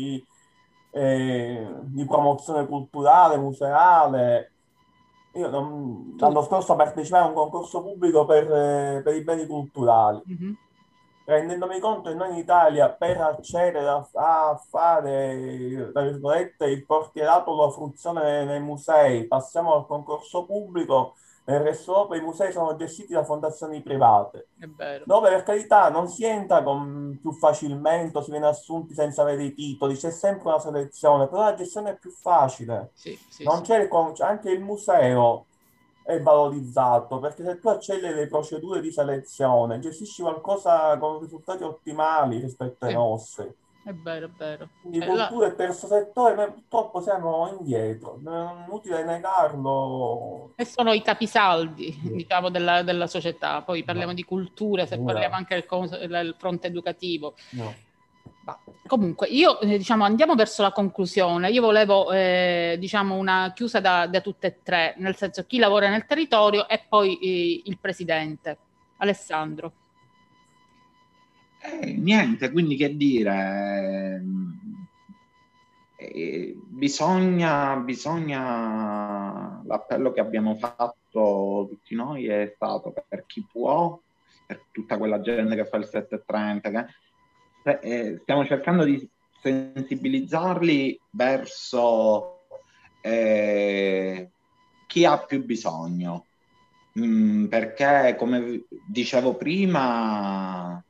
Speaker 3: di promozione culturale, museale. L'anno
Speaker 2: Tu.
Speaker 3: scorso partecipai a un concorso pubblico per i beni culturali,
Speaker 2: Mhm.
Speaker 3: rendendomi conto che noi in Italia per accedere a fare, tra virgolette, il portierato della fruizione nei musei, passiamo al concorso pubblico, nel resto d'Europa i musei sono gestiti da fondazioni private,
Speaker 2: È vero.
Speaker 3: dove per carità non si entra più facilmente, o si viene assunti senza avere i titoli, c'è sempre una selezione, però la gestione è più facile.
Speaker 2: Sì, sì,
Speaker 3: Non
Speaker 2: sì.
Speaker 3: c'è anche il museo è valorizzato perché se tu acceleri le procedure di selezione, gestisci qualcosa con risultati ottimali rispetto ai
Speaker 2: Sì,
Speaker 3: nostri.
Speaker 2: è vero, è vero.
Speaker 3: Quindi cultura e terzo settore, noi purtroppo siamo indietro, è inutile negarlo.
Speaker 2: E sono i capisaldi,
Speaker 3: Sì.
Speaker 2: diciamo, della società. Poi parliamo
Speaker 3: No,
Speaker 2: di culture, se parliamo
Speaker 3: no,
Speaker 2: anche del fronte educativo.
Speaker 3: no.
Speaker 2: Ma comunque, io diciamo andiamo verso la conclusione. Io volevo diciamo una chiusa da tutte e tre, nel senso chi lavora nel territorio e poi il presidente. Alessandro.
Speaker 4: Niente, quindi che dire? L'appello che abbiamo fatto tutti noi è stato per chi può, per tutta quella gente che fa il 730, stiamo cercando di sensibilizzarli verso chi ha più bisogno. Perché, come dicevo prima,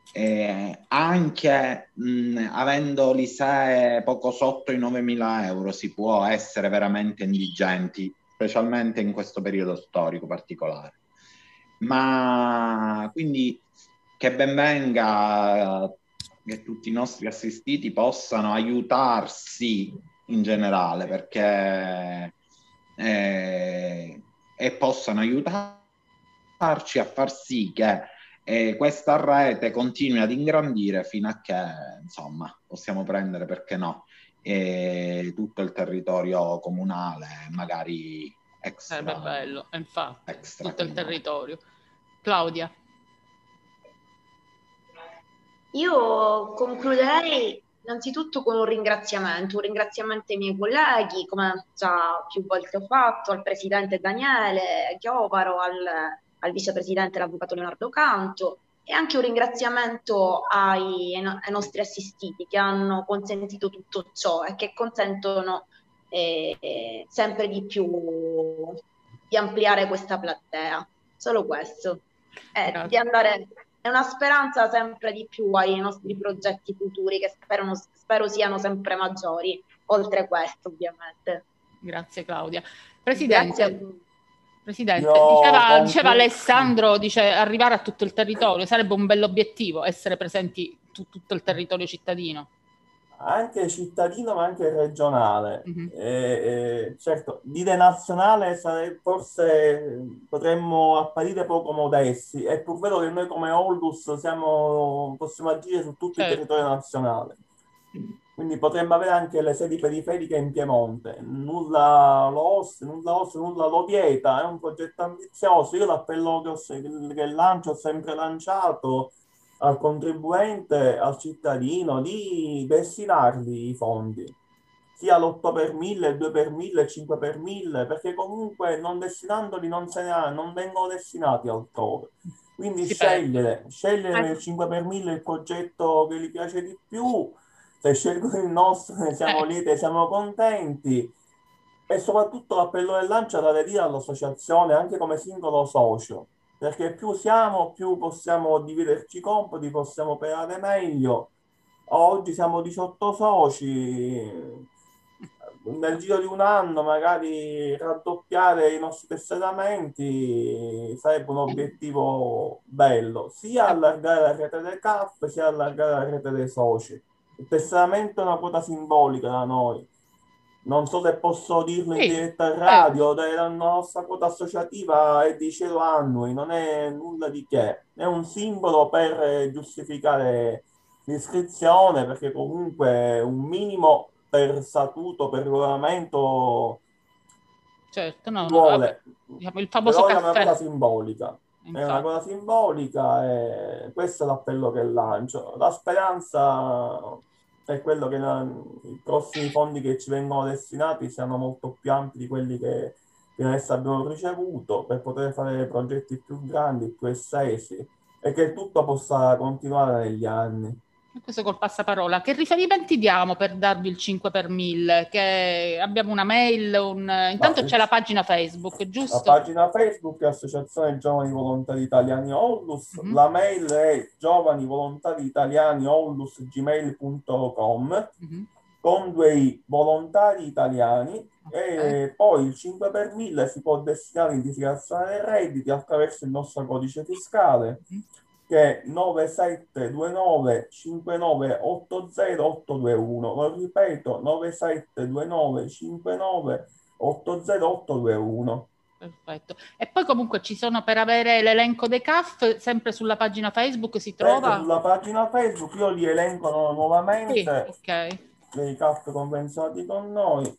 Speaker 4: anche avendo l'ISEE poco sotto i 9.000 euro si può essere veramente indigenti, specialmente in questo periodo storico particolare. Ma quindi che ben venga che tutti i nostri assistiti possano aiutarsi in generale, perché e possano aiutarci a far sì che questa rete continui ad ingrandire fino a che, insomma, possiamo prendere, perché no, tutto il territorio comunale, magari
Speaker 2: Sarebbe bello, infatti,
Speaker 4: extra
Speaker 2: tutto il
Speaker 4: comunale.
Speaker 2: territorio. Claudia.
Speaker 5: Io concluderei innanzitutto con un ringraziamento ai miei colleghi, come già più volte ho fatto, al presidente Daniele Chiovaro, al vicepresidente l'avvocato Leonardo Canto, e anche un ringraziamento ai nostri assistiti che hanno consentito tutto ciò e che consentono sempre di più di ampliare questa platea. Solo questo. Di andare, è una speranza sempre di più ai nostri progetti futuri che spero siano sempre maggiori, oltre questo ovviamente.
Speaker 2: Grazie Claudia. Presidente,
Speaker 5: Grazie.
Speaker 2: Presidente, diceva Alessandro, dice arrivare a tutto il territorio, sarebbe un bell'obiettivo essere presenti su tutto il territorio cittadino.
Speaker 3: Anche cittadino ma anche regionale. Certo, dire nazionale forse potremmo apparire poco modesti, è pur vero che noi come Oldus possiamo agire su tutto il territorio nazionale, quindi potremmo avere anche le sedi periferiche in Piemonte. Nulla lo vieta, è un progetto ambizioso. Io l'appello che lancio, ho sempre lanciato al contribuente, al cittadino, di destinarli i fondi, sia l'8 per 1000, il 2 per 1000, il 5 per 1000, perché comunque non destinandoli non vengono destinati altrove. Quindi scegliere nel 5 per 1000 il progetto che gli piace di più, se scelgono il nostro ne siamo lieti e siamo contenti. E soprattutto l'appello del lancio da dire all'associazione anche come singolo socio, perché più siamo, più possiamo dividerci i compiti, possiamo operare meglio. Oggi siamo 18 soci, nel giro di un anno magari raddoppiare i nostri tesseramenti sarebbe un obiettivo bello, sia allargare la rete del CAF, sia allargare la rete dei soci. Il tesseramento è una quota simbolica da noi. Non so se posso dirlo in diretta radio, la nostra quota associativa è di 100 annui, non è nulla di che, è un simbolo per giustificare l'iscrizione, perché comunque un minimo per statuto, per regolamento
Speaker 2: certo, no,
Speaker 3: vuole,
Speaker 2: diciamo, il famoso
Speaker 3: però è
Speaker 2: caffè.
Speaker 3: una cosa simbolica.
Speaker 2: Infatti.
Speaker 3: È una cosa simbolica e questo è l'appello che lancio. La speranza è quello che i prossimi fondi che ci vengono destinati siano molto più ampi di quelli che fino adesso abbiamo ricevuto, per poter fare progetti più grandi, più estesi, e che il tutto possa continuare negli anni.
Speaker 2: Questo col passaparola. Che riferimenti diamo per darvi il 5 per 1000? Che abbiamo una mail, intanto c'è la pagina Facebook, giusto?
Speaker 3: La pagina Facebook è Associazione Giovani Volontari Italiani Oldus, la mail è giovanivolontarioldus@gmail.com, con 2 volontari italiani, e poi il 5 per 1000 si può destinare in dichiarazione dei redditi attraverso il nostro codice fiscale, che è 9729 59 80 821. Lo ripeto, 9729 59 80 821.
Speaker 2: Perfetto. E poi comunque ci sono, per avere l'elenco dei CAF, sempre sulla pagina Facebook si trova?
Speaker 3: Sempre sulla pagina Facebook, io li elenco nuovamente,
Speaker 2: sì, ok,
Speaker 3: dei CAF convenzionati con noi.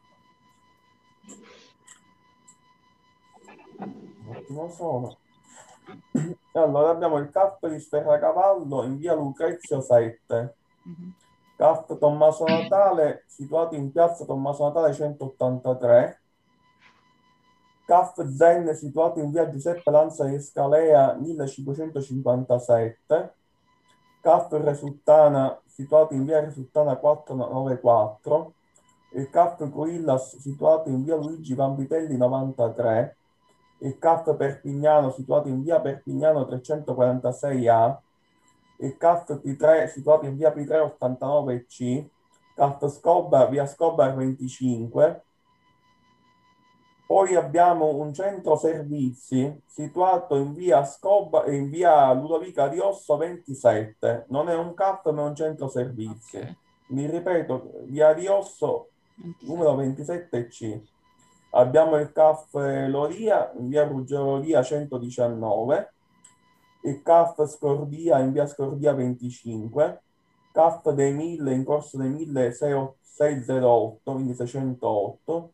Speaker 3: Un attimo solo. Allora abbiamo il CAF di Sferracavallo in via Lucrezio 7, CAF Tommaso Natale situato in piazza Tommaso Natale 183, CAF Zen situato in via Giuseppe Lanza di Scalea 1557, CAF Resultana situato in via Resultana 494, il CAF Coillas situato in via Luigi Vanvitelli 93, il CAF Perpignano situato in via Perpignano 346A, il CAF P3 situato in via P3 89C, CAF Scobar via Scobar 25, Poi abbiamo un centro servizi situato in via in via Ludovica Riosso 27. Non è un CAF, ma è un centro servizi.
Speaker 2: Ok.
Speaker 3: Vi ripeto, via Riosso
Speaker 2: 27.
Speaker 3: numero 27C. Abbiamo il CAF Loria in via Ruggero Loria 119, il CAF Scordia in via Scordia 25, CAF dei 1000 in corso dei 1000 608, quindi 608,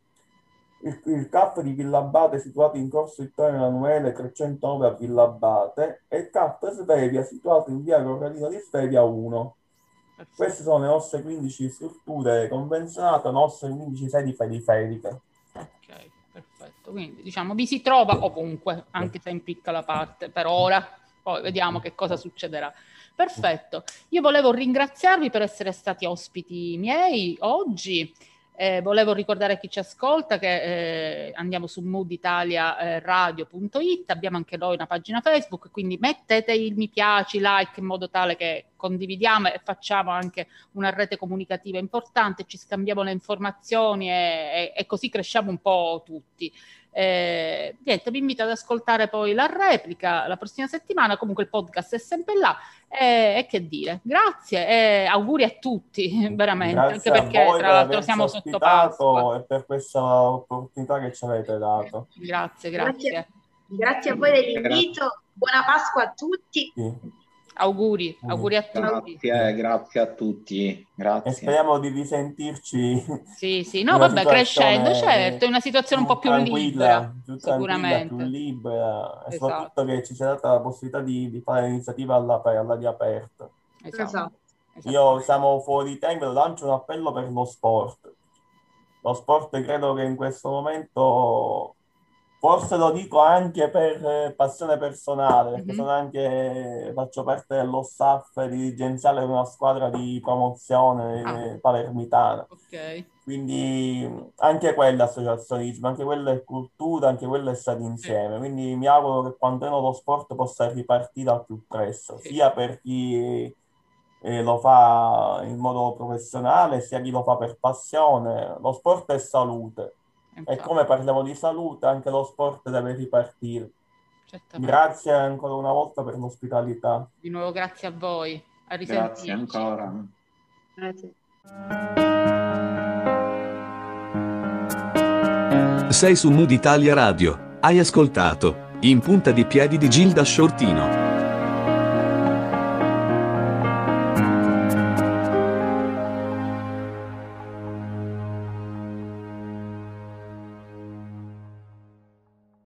Speaker 3: il CAF di Villabate situato in corso Vittorio Emanuele 309 a Villabate e il CAF Svevia situato in via Corradino di Svevia 1.
Speaker 2: Perfetto.
Speaker 3: Queste sono le nostre 15 strutture convenzionate, le nostre 15 sedi periferiche.
Speaker 2: Ok, perfetto. Quindi diciamo vi si trova ovunque, anche se in piccola parte per ora. Poi vediamo che cosa succederà. Perfetto. Io volevo ringraziarvi per essere stati ospiti miei oggi. Volevo ricordare a chi ci ascolta che andiamo su mooditaliaradio.it, abbiamo anche noi una pagina Facebook, quindi mettete il mi piace, like in modo tale che condividiamo e facciamo anche una rete comunicativa importante, ci scambiamo le informazioni e così cresciamo un po' tutti. Niente, vi invito ad ascoltare poi la replica la prossima settimana, comunque il podcast è sempre là e che dire, grazie e auguri a tutti veramente,
Speaker 3: Grazie
Speaker 2: anche
Speaker 3: a
Speaker 2: perché
Speaker 3: voi
Speaker 2: tra
Speaker 3: per
Speaker 2: l'altro
Speaker 3: averci
Speaker 2: siamo sotto Pasqua.
Speaker 3: ospitato e per questa opportunità che ci avete dato.
Speaker 2: Grazie.
Speaker 5: Grazie a voi dell'invito, buona Pasqua a tutti.
Speaker 3: Sì.
Speaker 2: Auguri a tutti.
Speaker 4: Grazie a tutti.
Speaker 3: E
Speaker 4: Grazie.
Speaker 3: speriamo di risentirci.
Speaker 2: Sì, no,
Speaker 3: in una
Speaker 2: vabbè, crescendo,
Speaker 3: situazione
Speaker 2: certo, in una situazione un po' più
Speaker 3: tranquilla,
Speaker 2: libera, sicuramente.
Speaker 3: più libera, e
Speaker 2: Esatto.
Speaker 3: soprattutto che ci sia data la possibilità di fare iniziative all'aria aperta.
Speaker 2: Esatto.
Speaker 3: Siamo fuori tempo, lancio un appello per lo sport. Lo sport credo che in questo momento, forse lo dico anche per passione personale, perché faccio parte dello staff dirigenziale di una squadra di promozione palermitana.
Speaker 2: Ok.
Speaker 3: Quindi anche quello è associazionismo, anche quello è cultura, anche quello è stare insieme. Quindi mi auguro che quantomeno lo sport possa ripartire al più presto, sia per chi lo fa in modo professionale, sia chi lo fa per passione. Lo sport è salute. E come parliamo di salute, anche lo sport deve ripartire.
Speaker 2: Certamente.
Speaker 3: Grazie ancora una volta per l'ospitalità.
Speaker 2: Di nuovo grazie a voi. A risentirci.
Speaker 4: Grazie ancora.
Speaker 5: Grazie.
Speaker 1: Sei su Mood Italia Radio. Hai ascoltato In punta di piedi di Gilda Shortino.